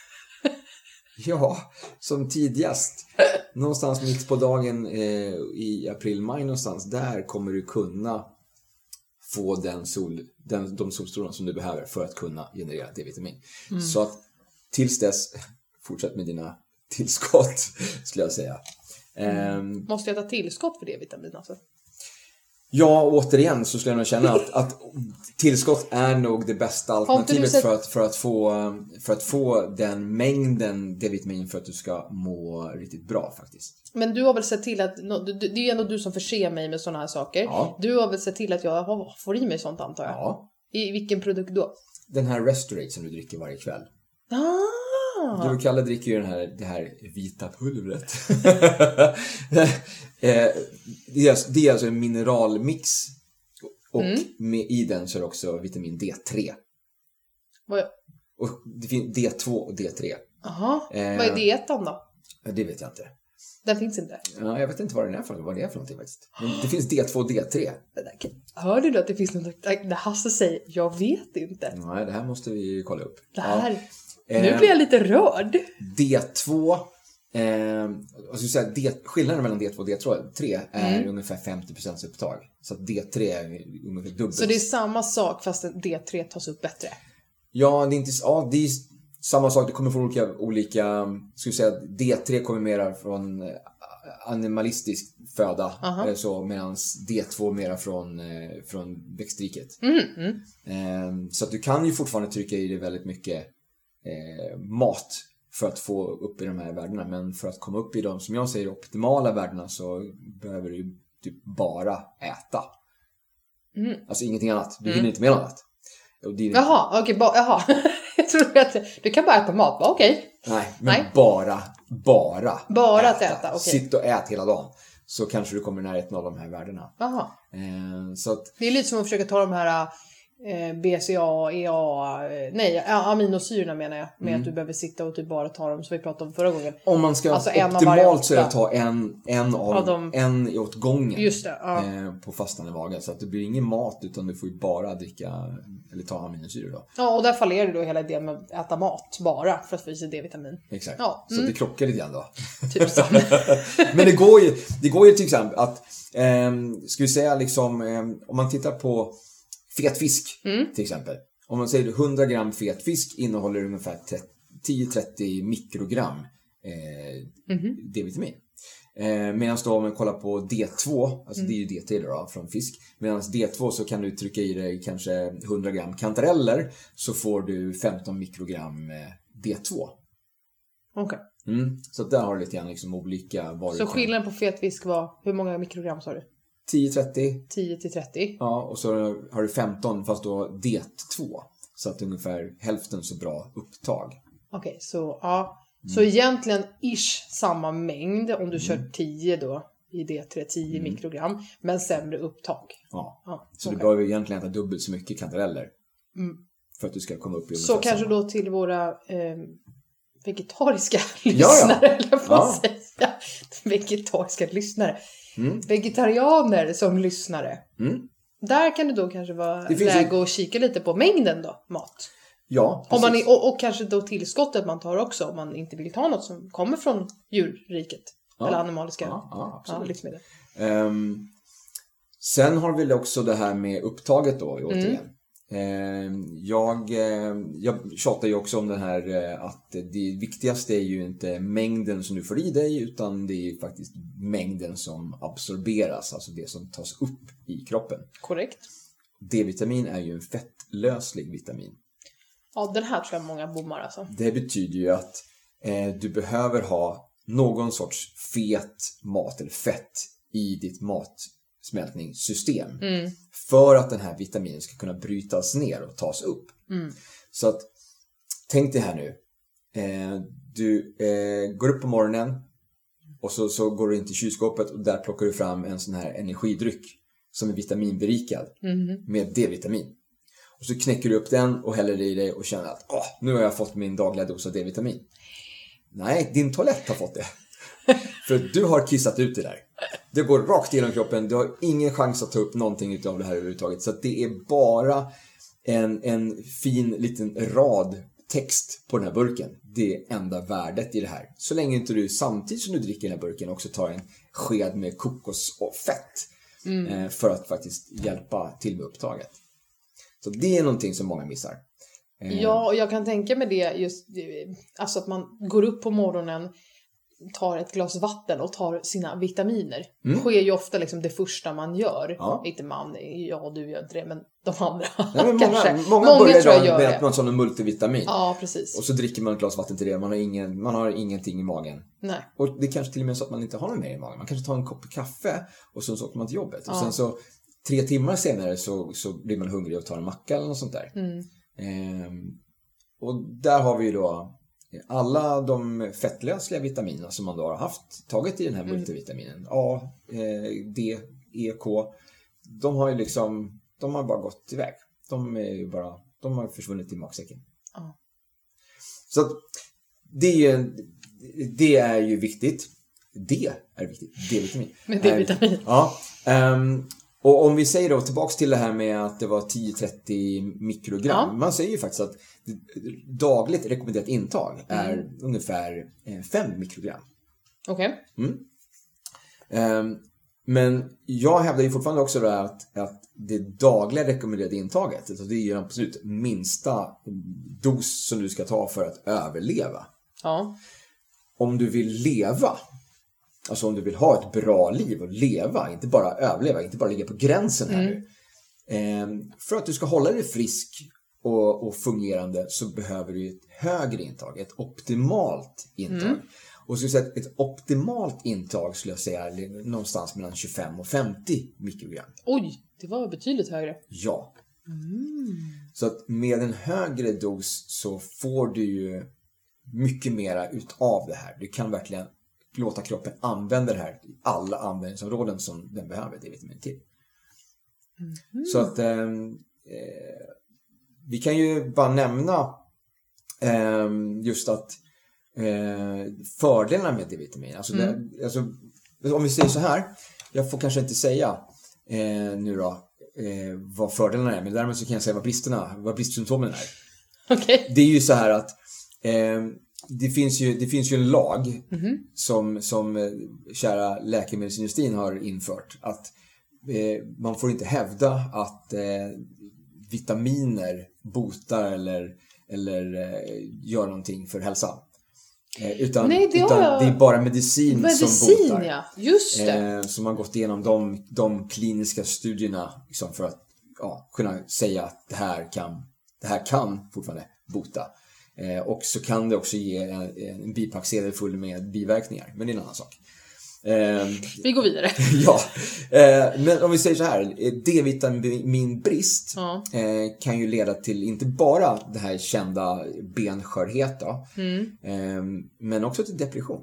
ja, som tidigast. Någonstans mitt på dagen eh, i april-maj någonstans. Där kommer du kunna få den sol, den, de solstrålarna som du behöver för att kunna generera D-vitamin. Mm. Så att tills dess, fortsätt med dina tillskott skulle jag säga. Mm. Um, Måste jag ta tillskott för D-vitamin alltså? Ja, återigen så skulle jag nog känna att, att tillskott är nog det bästa alternativet sett... för, att, för, att få, för att få den mängden D-vitamin för att du ska må riktigt bra faktiskt. Men du har väl sett till att, det är ändå du som förser mig med sådana här saker. Ja. Du har väl sett till att jag får i mig sånt antar jag? Ja. I vilken produkt då? Den här Restorate som du dricker varje kväll. Ah. Du Kalle dricker ju den här, det här vita pulvret. det, är, det är alltså en mineralmix. Och mm. med, i den så är det också vitamin D tre. Vad är... Och det finns D två och D tre. Jaha, eh, vad är D ett då? Det vet jag inte. Den finns inte? Ja, jag vet inte vad den är för, vad det är för någonting faktiskt. Men det finns D två och D tre. Hör du då att det finns något? Det Hasse säger, jag vet inte. Nej, det här måste vi kolla upp. Det här... Ja. Nu blir jag lite rörd. D två, eh, jag skulle säga D, skillnaden mellan D två och D tre är mm. ungefär femtio procent upptag. Så att D tre är ungefär dubbelt. Så det är samma sak fast D tre tas upp bättre? Ja, det är inte ja, det är samma sak. Det kommer från olika, olika skulle säga D tre kommer mera från animalistisk föda. Uh-huh. Så, medan D två mera från, från växtriket. Mm. Mm. Eh, så att du kan ju fortfarande trycka i det väldigt mycket Eh, mat för att få upp i de här värdena, men för att komma upp i de som jag säger optimala värdena så behöver du typ bara äta. Mm. Alltså ingenting annat. Du mm. hinner inte med något annat. Och det är jaha, okej, okay, ba- jaha. Jag trodde att du kan bara äta mat, okej. Okay. Nej, men Nej. bara bara, bara äta. Att äta okay. Sitt och ät hela dagen. Så kanske du kommer i närheten av de här värdena. Aha. Eh, så att, det är lite som att försöka ta de här eh, B C A, E A, eh, nej, aminosyrorna menar jag. Med mm. att du behöver sitta och typ bara ta dem som vi pratade om förra gången. Om man ska alltså optimalt så är det att ta en, en, av, av dem, en åt gången just det, ja. eh, på fastande mage. Så att det blir ingen mat utan du får ju bara dricka eller ta aminosyror då. Ja, och där fallerar då hela idén med att äta mat bara för att få i sig D-vitamin. Exakt, ja. mm. så det krockar lite grann då. Typ så. Men det går ju, det går ju till exempel att, eh, ska vi säga liksom, eh, om man tittar på fet fisk mm. till exempel. Om man säger hundra gram fet fisk innehåller ungefär tio till trettio mikrogram eh, mm-hmm. D-vitamin. Eh, Medan då om man kollar på D två, alltså mm. det är ju D T då, från fisk. Medan D två så kan du trycka i dig kanske hundra gram kantareller så får du femton mikrogram eh, D två. Okej. Okay. Mm, så där har du lite grann liksom olika varor. Så skillnaden på fet fisk var, hur många mikrogram sa du? tio till trettio. tio till trettio. Ja, och så har du femton fast då D två. Så att ungefär hälften så bra upptag. Okej, okay, så ja. Mm. Så egentligen ish samma mängd om du mm. kör tio då i D tre, tio mm. mikrogram. Men sämre upptag. Ja, ja så okay. du behöver egentligen äta dubbelt så mycket kantareller. Mm. För att du ska komma upp i så kanske samma. då till våra eh, vegetariska lyssnare. Ja, ja. Eller vad ja. säga. Vegetariska lyssnare. Mm. Vegetarianer som lyssnare. Mm. Där kan det då kanske vara läge ju... att kika lite på mängden då, mat. Ja, om man är, och, och kanske då tillskottet man tar också om man inte vill ta något som kommer från djurriket. Ja. Eller animaliska ja, ja, ja, livsmedel. Um, sen har vi också det här med upptaget då återigen. Mm. Jag, jag tjatar ju också om det här att det viktigaste är ju inte mängden som du får i dig utan det är ju faktiskt mängden som absorberas, alltså det som tas upp i kroppen. Korrekt. D-vitamin är ju en fettlöslig vitamin. Ja, den här tror jag många bommar alltså. Det betyder ju att eh, du behöver ha någon sorts fet mat eller fett i ditt matsmältningssystem. Mm. För att den här vitaminen ska kunna brytas ner och tas upp. Mm. Så att, tänk dig här nu. Eh, du eh, går upp på morgonen och så, så går du in till kylskåpet och där plockar du fram en sån här energidryck som är vitaminberikad mm. med D-vitamin. Och så knäcker du upp den och häller i dig och känner att åh, nu har jag fått min dagliga dos av D-vitamin. Nej, din toalett har fått det. För du har kissat ut det där. Det går rakt igenom kroppen. Du har ingen chans att ta upp någonting av det här överhuvudtaget. Så att det är bara en, en fin liten rad text på den här burken. Det är enda värdet i det här. Så länge inte du samtidigt som du dricker den här burken också tar en sked med kokos och fett. Mm. Eh, för att faktiskt hjälpa till med upptaget. Så det är någonting som många missar. Eh. Ja, och jag kan tänka mig det just, alltså att man går upp på morgonen, tar ett glas vatten och tar sina vitaminer. Mm. Det sker ju ofta liksom det första man gör. Ja. Inte man, ja du gör inte det, men de andra. Nej, men kanske. Många, många, många börjar tror jag gör med det. att man tar en multivitamin. Ja, precis. Och så dricker man ett glas vatten till det. Man har, ingen, man har ingenting i magen. Nej. Och det är kanske till och med så att man inte har något mer i magen. Man kanske tar en kopp kaffe och så åker man till jobbet. Ja. Och sen så tre timmar senare så, så blir man hungrig och tar en macka eller något sånt där. Mm. Ehm, och där har vi ju då alla de fettlösliga vitaminer som man då har haft tagit i den här mm. multivitaminen. A, eh, D, E, K. De har ju liksom, de har bara gått iväg. De är ju bara, de har försvunnit i magsäcken. Ja. Så att det är ju, det är ju viktigt. Det är viktigt. D-vitamin. Med D-vitamin. Ja. Um, och om vi säger då tillbaks till det här med att det var tio till trettio mikrogram. Ja. Man säger ju faktiskt att dagligt rekommenderat intag är mm. ungefär fem mikrogram. Okej. Okay. Mm. Um, men jag hävdar ju fortfarande också då att, att det dagliga rekommenderade intaget, alltså det är ju den absolut minsta dos som du ska ta för att överleva. Ja. Om du vill leva, alltså om du vill ha ett bra liv och leva, inte bara överleva, inte bara ligga på gränsen här mm. nu. Eh, för att du ska hålla dig frisk och, och fungerande så behöver du ett högre intag, ett optimalt intag. Mm. Och så säga att ett optimalt intag skulle jag säga är någonstans mellan tjugofem och femtio mikrogram. Oj, det var betydligt högre. Ja. Mm. Så att med en högre dos så får du ju mycket mera utav det här. Du kan verkligen låta kroppen använda det här i alla användningsområden som den behöver D-vitamin till. Mm. Så att eh, vi kan ju bara nämna eh, just att eh, fördelarna med D-vitamin. Alltså, mm. det, alltså, om vi säger så här, jag får kanske inte säga eh, nu då eh, vad fördelarna är, men därmed så kan jag säga vad bristerna, vad bristsymptomen är. Okay. Det är ju så här att eh, det finns ju det finns ju en lag mm-hmm. som som eh, kära läkemedelsindustrin har infört att eh, man får inte hävda att eh, vitaminer botar eller eller eh, gör någonting för hälsan. Eh, utan Nej, det, utan jag... det är bara medicin, medicin som botar. Ja, just det. Eh, som har gått igenom de, de kliniska studierna liksom, för att ja, kunna säga att det här kan det här kan fortfarande bota. Eh, och så kan det också ge en, en bipacksedel full med biverkningar. Men det är en annan sak. Eh, vi går vidare. Ja. Eh, men om vi säger så här. D-vitaminbrist ja. eh, kan ju leda till inte bara det här kända benskörhet då. Mm. Eh, men också till depression.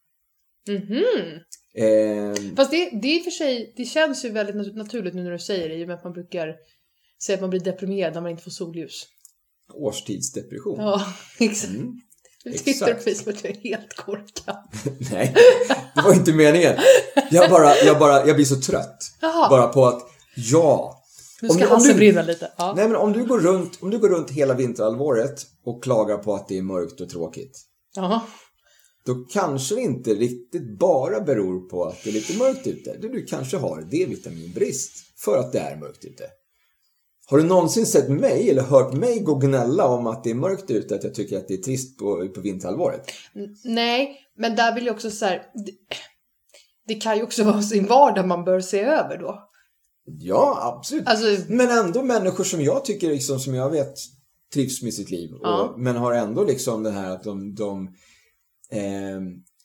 Mhm. Eh, Fast det, det är för sig, det känns ju väldigt naturligt nu när du säger det. I och med att man brukar säga att man blir deprimerad när man inte får solljus. Årstidsdepression. Ja, exakt. Mm, du tittar på Facebook, du är helt korkad. Nej, det var inte meningen. Jag bara, jag bara, jag blir så trött. Jaha. Bara på att, ja. Nu ska halsen brinna lite. Ja. Nej, men om du går runt, om du går runt hela vinterhalvåret och klagar på att det är mörkt och tråkigt. Ja. Då kanske det inte riktigt bara beror på att det är lite mörkt ute. Du kanske har D-vitaminbrist för att det är mörkt ute. Har du någonsin sett mig eller hört mig gå gnälla om att det är mörkt ute, att jag tycker att det är trist på, på vinterhalvåret? Nej, men där vill jag också så här, det, det kan ju också vara sin vardag man bör se över då. Ja, absolut. Alltså, men ändå människor som jag tycker, liksom, som jag vet trivs med sitt liv. Och, ja. Men har ändå liksom det här att de, de eh,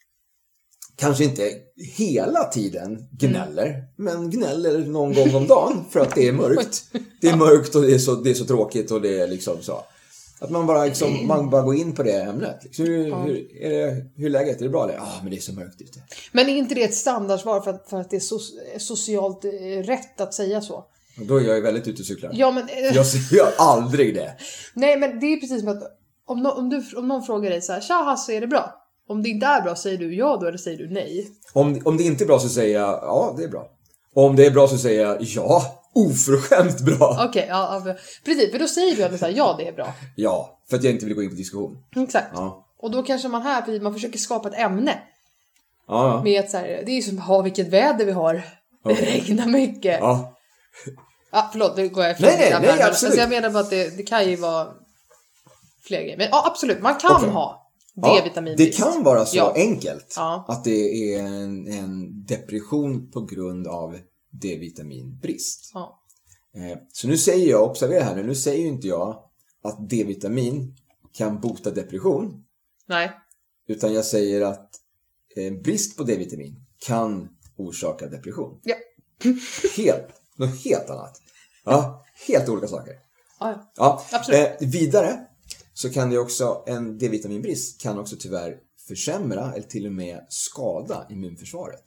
kanske inte hela tiden gnäller, mm. men gnäller någon gång om dagen för att det är mörkt. Det är mörkt och det är så, det är så tråkigt och det är liksom så. Att man bara, liksom, man bara går in på det ämnet. Liksom, hur, ja. hur, är det, hur är läget? Är det bra? Ja, ah, men det är så mörkt ute. Men är inte det ett standardsvar för att, för att det är so, socialt rätt att säga så? Och då är jag väldigt ute och cyklar. Ja, men, jag gör aldrig det. Nej, men det är precis som att om, no, om, du, om någon frågar dig så här, tja Hasse, är det bra? Om det inte är bra, säger du ja då eller säger du nej? Om, om det inte är bra så säger jag ja, det är bra. Och om det är bra så säger jag ja, oförskämt bra. Okej, okay, ja, precis. För då säger du att så här, ja, det är bra. Ja, för att jag inte vill gå in på diskussion. Exakt. Ja. Och då kanske man här, precis, man försöker skapa ett ämne. Ja. Med att så här, det är som, ha vilket väder vi har. Det ja. regnar mycket. Ja. Ja, förlåt, nu går jag efter. Nej, nej, nej, nej absolut. Alltså, jag menar bara att det, det kan ju vara fler grejer. Men ja, absolut, man kan okay. ha D-vitaminbrist. Ja, det kan vara så ja. enkelt ja. att det är en, en depression på grund av D-vitaminbrist. Ja. Eh, så nu säger jag, observera här nu, nu säger ju inte jag att D-vitamin kan bota depression. Nej. Utan jag säger att eh, brist på D-vitamin kan orsaka depression. Ja. Helt, något helt annat. Ja, helt olika saker. Ja, ja. Absolut. Eh, vidare så kan det också, en D-vitaminbrist kan också tyvärr försämra eller till och med skada immunförsvaret.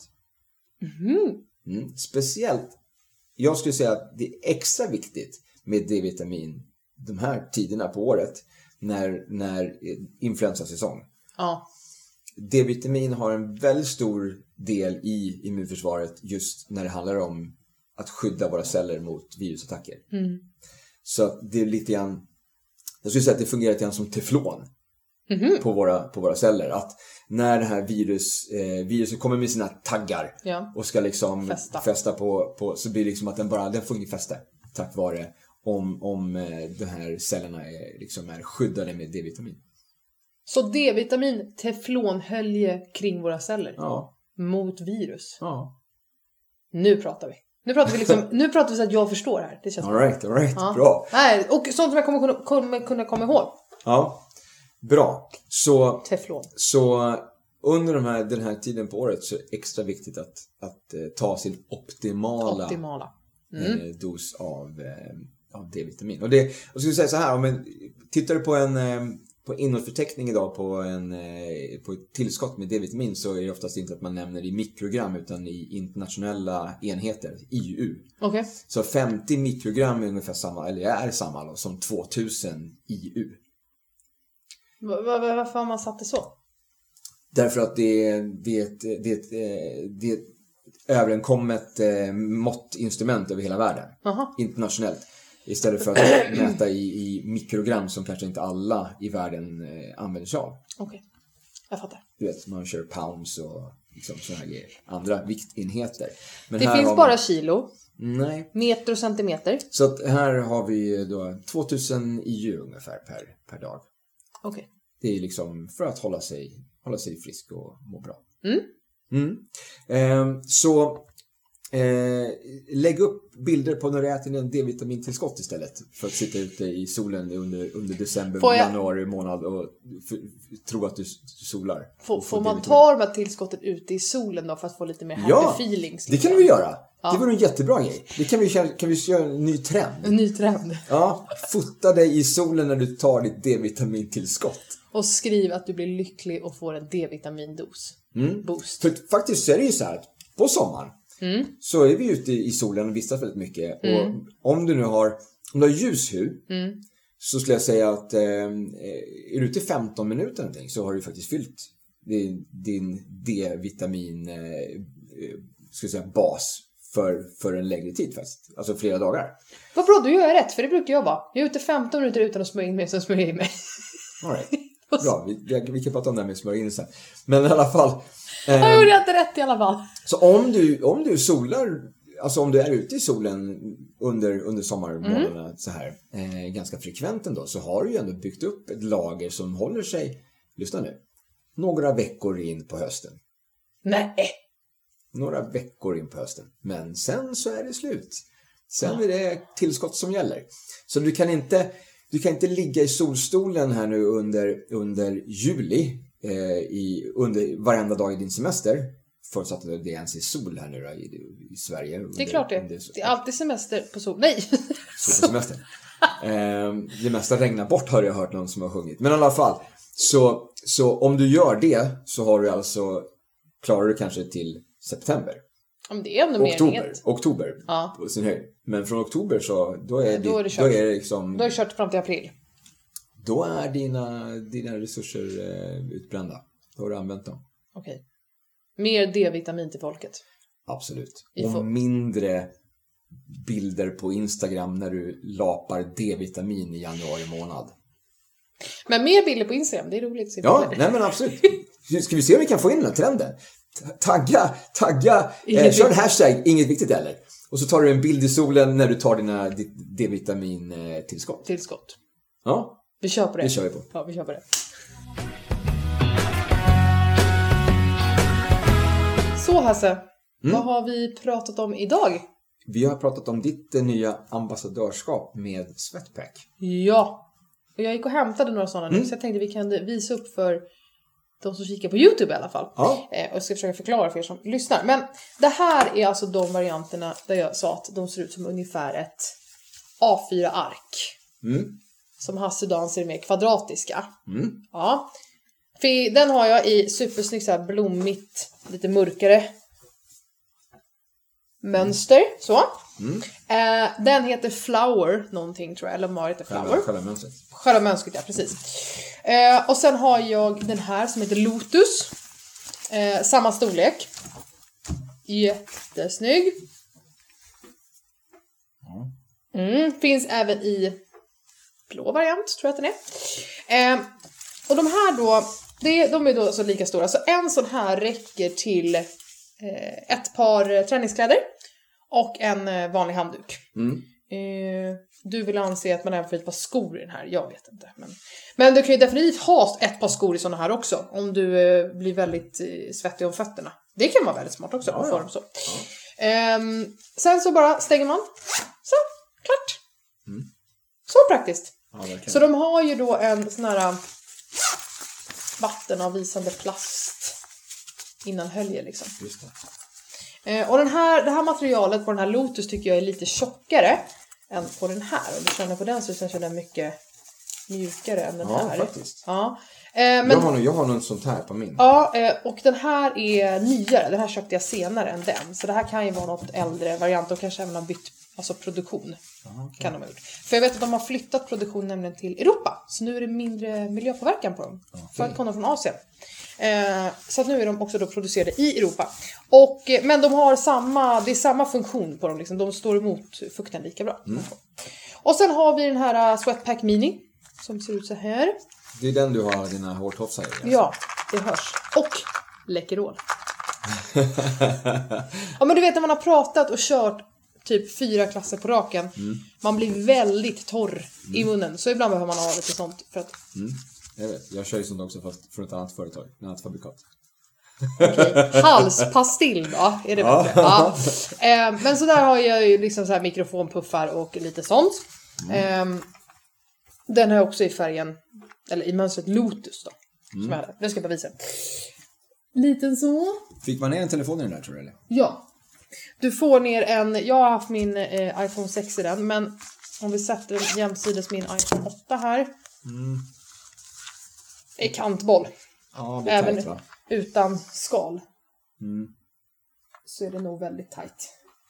Mm. Mm. Speciellt, jag skulle säga att det är extra viktigt med D-vitamin de här tiderna på året när, när influensasäsong. Ja. D-vitamin har en väldigt stor del i immunförsvaret just när det handlar om att skydda våra celler mot virusattacker. Mm. Så det är lite grann, jag skulle säga att det fungerar lite grann som teflon mm-hmm. på, våra, på våra celler. Att när det här virus, eh, viruset kommer med sina taggar ja. och ska liksom fästa, fästa på, på, så blir det liksom att den bara, den får ingen fäste tack vare om, om eh, de här cellerna är, liksom är skyddade med D-vitamin. Så D-vitamin, teflonhölje kring våra celler ja. mot virus. Ja. Nu pratar vi. Nu pratar vi liksom, nu pratar vi så att jag förstår här. Det känns all right, all right. Ja. Bra. Nej, och sånt som jag kommer kunna, kommer kunna komma ihåg. Ja. Bra. Så teflon. Så under de här, den här tiden på året så är det extra viktigt att, att eh, ta sin optimala, optimala. Mm. Eh, dos av, eh, av D-vitamin. Och det, jag skulle säga så här, om en, tittar du på en, eh, på innehållsförteckning idag på, en, på ett tillskott med D-vitamin så är det oftast inte att man nämner i mikrogram utan i internationella enheter, I U. Okay. Så femtio mikrogram är ungefär samma, eller är samma då, som tvåtusen I U. Va- va- varför har man satt det så? Därför att det är, det är, ett, det är, ett, det är ett överenskommet måttinstrument över hela världen. Aha. Internationellt. Istället för att mäta i, i mikrogram som kanske inte alla i världen eh, använder sig av. Okej, okay. Jag fattar. Du vet, man kör pounds och liksom sådana grejer. Andra viktenheter. Men det här finns har bara man... kilo. Nej. Meter och centimeter. Så att här har vi då tvåtusen I U ungefär per, per dag. Okej. Okay. Det är liksom för att hålla sig, hålla sig frisk och må bra. Mm. Mm. Eh, så... Eh, lägg upp bilder på när du äter en D-vitamintillskott istället för att sitta ute i solen under, under december, jag... januari månad och för, tro att du, du solar. Får, får man ta de här tillskottet ute i solen då för att få lite mer happy ja, feelings? Ja, det kan vi göra. Ja. Det vore en jättebra grej. Det kan vi, kan vi köra en ny trend. En ny trend. Ja, fota dig i solen när du tar ditt D-vitamintillskott. Och skriv att du blir lycklig och får en D-vitamindos. Mm. Boost. För faktiskt så är det ju så här, på sommaren Mm. så är vi ute i solen och vistas väldigt mycket. Mm. Och om du nu har, om du har ljus hud mm. så skulle jag säga att eh, är du ute i femton minuter någonting så har du faktiskt fyllt din, din D-vitamin eh, ska jag säga, bas för, för en längre tid faktiskt. Alltså flera dagar. Vad bra, du gör rätt, för det brukar jag vara. Jag är ute femton minuter utan att smörja in mig, så smörja in mig. All right. Bra, vi, vi kan prata om det här med smörja in sen. Men i alla fall... Eh, jag gjorde inte rätt i alla fall. Så om du, om du solar, alltså om du är ute i solen under, under sommarmånaderna mm. så här, eh, ganska frekvent ändå, så har du ju ändå byggt upp ett lager som håller sig, lyssna nu, några veckor in på hösten. Nej. Några veckor in på hösten. Men sen så är det slut. Sen ja. är det tillskott som gäller. Så du kan inte, du kan inte ligga i solstolen här nu under, under juli. I, under varenda dag i din semester, förutsatt att det ens är sol här nu då, i, i Sverige. Det är under, klart det. Under, det är alltid semester på sol. Nej! Sol på semester. eh, det mesta regnar bort har jag hört någon som har sjungit. Men i alla fall, så, så om du gör det så har du alltså, klarar du kanske till september. Om det är ändå mer oktober, oktober ja. på sin höjd. Men från oktober så då är, då är det kört. Då är det liksom, då är det kört fram till april. Då är dina, dina resurser eh, utbrända. Då har du använt dem. Okej. Okay. Mer D-vitamin till folket. Absolut. I och får... mindre bilder på Instagram när du lapar D-vitamin i januari månad. Men mer bilder på Instagram, det är roligt. Ja, nej men absolut. Ska vi se om vi kan få in den här trenden? Tagga, tagga, eh, kör en hashtag, inget viktigt heller. Och så tar du en bild i solen när du tar dina D-vitamin eh, tillskott. Tillskott. Ja. Vi kör på det. Det kör vi på. Ja, vi kör på det. Så Hasse, mm. vad har vi pratat om idag? Vi har pratat om ditt nya ambassadörskap med Sweatpack. Ja, och jag gick och hämtade några sådana mm. nu, så jag tänkte vi kan visa upp för de som kikar på YouTube i alla fall. Ja. Eh, och jag ska försöka förklara för er som lyssnar. Men det här är alltså de varianterna där jag sa att de ser ut som ungefär ett A fyra ark. Mm. Som Hasse Dan ser mer kvadratiska. Mm. Ja. För den har jag i supersnyggt så här blommigt, lite mörkare mönster. Mm. Så. Mm. Eh, den heter Flower någonting tror jag. Eller Marit heter Flower. Själva, själva mönstret. Själva mönstret, ja precis. Eh, och sen har jag den här som heter Lotus. Eh, samma storlek. Jättesnygg. Mm, finns även i blå variant, tror jag att den är. Eh, och de här då, det, de är då så lika stora. Så en sån här räcker till eh, ett par träningskläder och en eh, vanlig handduk. Mm. Eh, du vill anse att man även får ett par skor i den här, jag vet inte. Men, men du kan ju definitivt ha ett par skor i såna här också. Om du eh, blir väldigt eh, svettig om fötterna. Det kan vara väldigt smart också. Ja, ja. Dem så. Ja. Eh, sen så bara stänger man. Så, klart. Mm. Så praktiskt. Ja, så de har ju då en sån här vattenavvisande plast innan höljer liksom. Just det. Eh, och den här, det här materialet på den här Lotus tycker jag är lite tjockare än på den här. Om du känner på den så känner jag mycket, mjukare än den ja, här. Faktiskt. Ja, eh, men... jag, har nog, jag har något sånt här på min. Ja, eh, och den här är nyare. Den här köpte jag senare än den. Så det här kan ju vara något äldre variant och kanske även har bytt alltså produktion. Aha, okay. Kan de ha gjort. För jag vet att de har flyttat produktion nämligen till Europa. Så nu är det mindre miljöpåverkan på dem. Okay. För att komma från Asien. Eh, så att nu är de också då producerade i Europa. Och, eh, men de har samma, det är samma funktion på dem. Liksom. De står emot fukten lika bra. Mm. Och sen har vi den här uh, Sweatpack Mini. Som ser ut så här. Det är den du har dina hårtofsar i. Alltså. Ja, det hörs. Och Läkerol. Ja, men du vet när man har pratat och kört typ fyra klasser på raken. Mm. Man blir väldigt torr mm. i munnen. Så ibland behöver man ha lite sånt. För att... mm. Jag vet, jag kör ju sånt också fast från ett annat företag. Ett annat fabrikat. Okej, halspastill då? Är det bättre? Ja. Eh, men så där har jag ju liksom så här mikrofonpuffar och lite sånt. Mm. Eh, den har jag också i färgen, eller i mönstret Lotus då. Mm. Som jag hade. Det ska jag bara visa. Liten så. Fick man ner en telefon i den där tror du eller? Ja. Du får ner en, jag har haft min eh, iPhone sex i den. Men om vi sätter den jämsides min iPhone åtta här. Mm. Är kantboll. Ja, det är även tajt, va? Utan skal. Mm. Så är det nog väldigt tajt.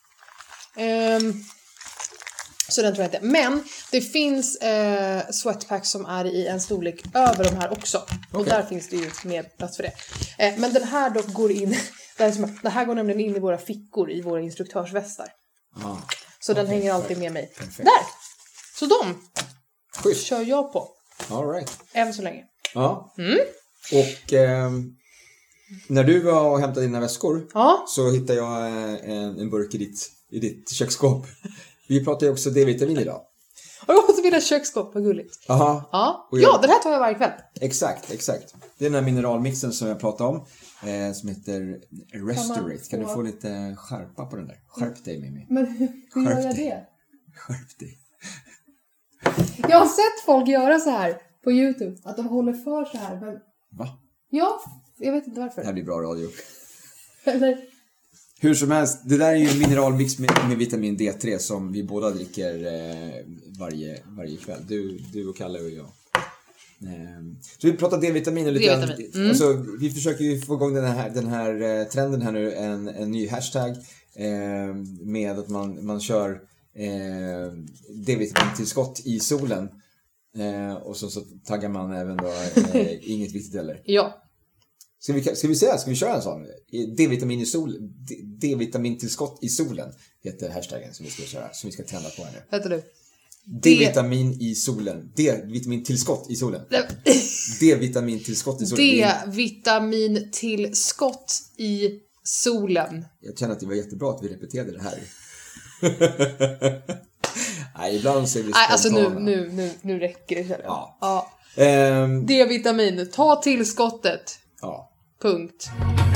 Um, så den tror jag inte. Men det finns eh, sweatpacks som är i en storlek över de här också. Okay. Och där finns det ju mer plats för det. Eh, men den här dock går in. Det här, som, det här går nämligen in i våra fickor i våra instruktörsvästar. Ah, så okay, den hänger alltid med mig. Perfect. Där! Så de Schysst. Kör jag på. All right. Än så länge. Ja. Mm. Och eh, när du var och hämtade dina väskor ja. Så hittade jag en, en burk i ditt, i ditt köksskåp. Vi pratar ju också D-vitamin idag. Och jag måste bilda köksskåp, vad gulligt. Aha. Ja. Jag... ja, den här tar jag varje kväll. Exakt, exakt. Det är den här mineralmixen som jag pratade om. Eh, som heter Restorate. Kan, kan du få lite skärpa på den där? Skärp dig, Mimi. Men hur gör jag det? Skärp dig. Jag har sett folk göra så här på YouTube. Att de håller för så här. Men... Va? Ja, jag vet inte varför. Det här blir bra radio. Eller... Hur som helst, det där är ju en mineralmix med, med vitamin D tre som vi båda dricker eh, varje, varje kväll. Du, du och Kalle och jag. Eh, så vi pratar D-vitamin och lite grann. Mm. Alltså, vi försöker ju få igång den här, den här eh, trenden här nu. En, en ny hashtag eh, med att man, man kör eh, D-vitamintillskott i solen. Eh, och så, så taggar man även då eh, inget viktigt heller. Ja. Ska vi, ska vi säga, ska vi köra en sån? D-vitamin i sol, D-vitamintillskott i solen heter hashtaggen som vi ska köra, som vi ska trenda på här nu. Heter du? D-vitamin i solen. D-vitamintillskott i solen. D-vitamintillskott i solen. D-vitamintillskott i solen. Jag känner att det var jättebra att vi repeterade det här. Nej, ibland ser vi spontana. Nej, alltså nu, nu, nu, nu räcker det. Ja. Ja. Um, D-vitamin, ta tillskottet. Ja. Punkt.